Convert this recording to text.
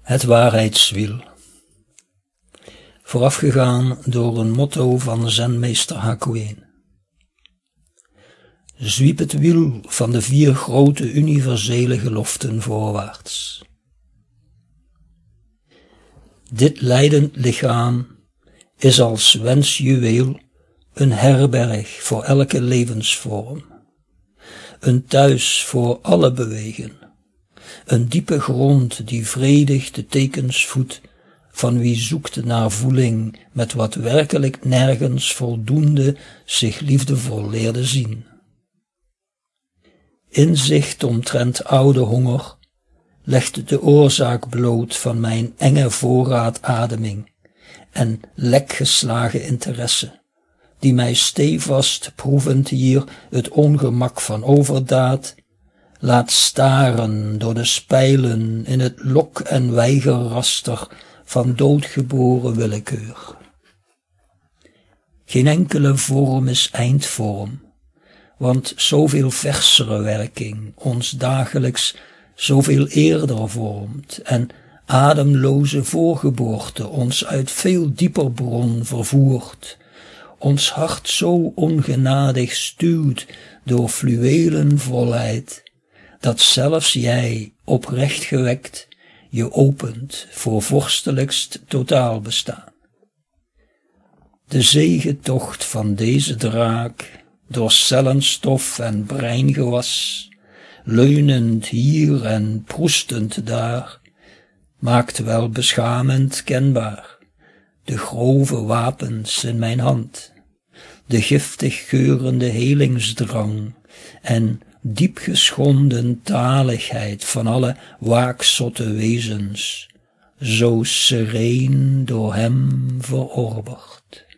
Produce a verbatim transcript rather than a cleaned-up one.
Het waarheidswiel. Voorafgegaan door een motto van zenmeester Hakuin. Zwiep het wiel van de vier grote universele geloften voorwaarts. Dit leidend lichaam is als wensjuweel een herberg voor elke levensvorm, een thuis voor alle bewegen, een diepe grond die vredig de tekens voedt van wie zoekt naar voeling met wat werkelijk nergens voldoende zich liefdevol leerde zien. Inzicht omtrent oude honger legt de oorzaak bloot van mijn enge voorraadademing en lekgeslagen interesse, die mij stevast proevend hier het ongemak van overdaad laat staren door de spijlen in het lok- en weigerraster van doodgeboren willekeur. Geen enkele vorm is eindvorm, want zoveel versere werking ons dagelijks zoveel eerder vormt en ademloze voorgeboorte ons uit veel dieper bron vervoert, ons hart zo ongenadig stuwt door fluwelen volheid, dat zelfs jij, oprecht gewekt, je opent voor vorstelijkst totaalbestaan. De zegetocht van deze draak, door cellenstof en breingewas, leunend hier en proestend daar, maakt wel beschamend kenbaar de grove wapens in mijn hand, de giftig geurende helingsdrang en diep geschonden taligheid van alle waakzotte wezens, zo sereen door hem verorberd.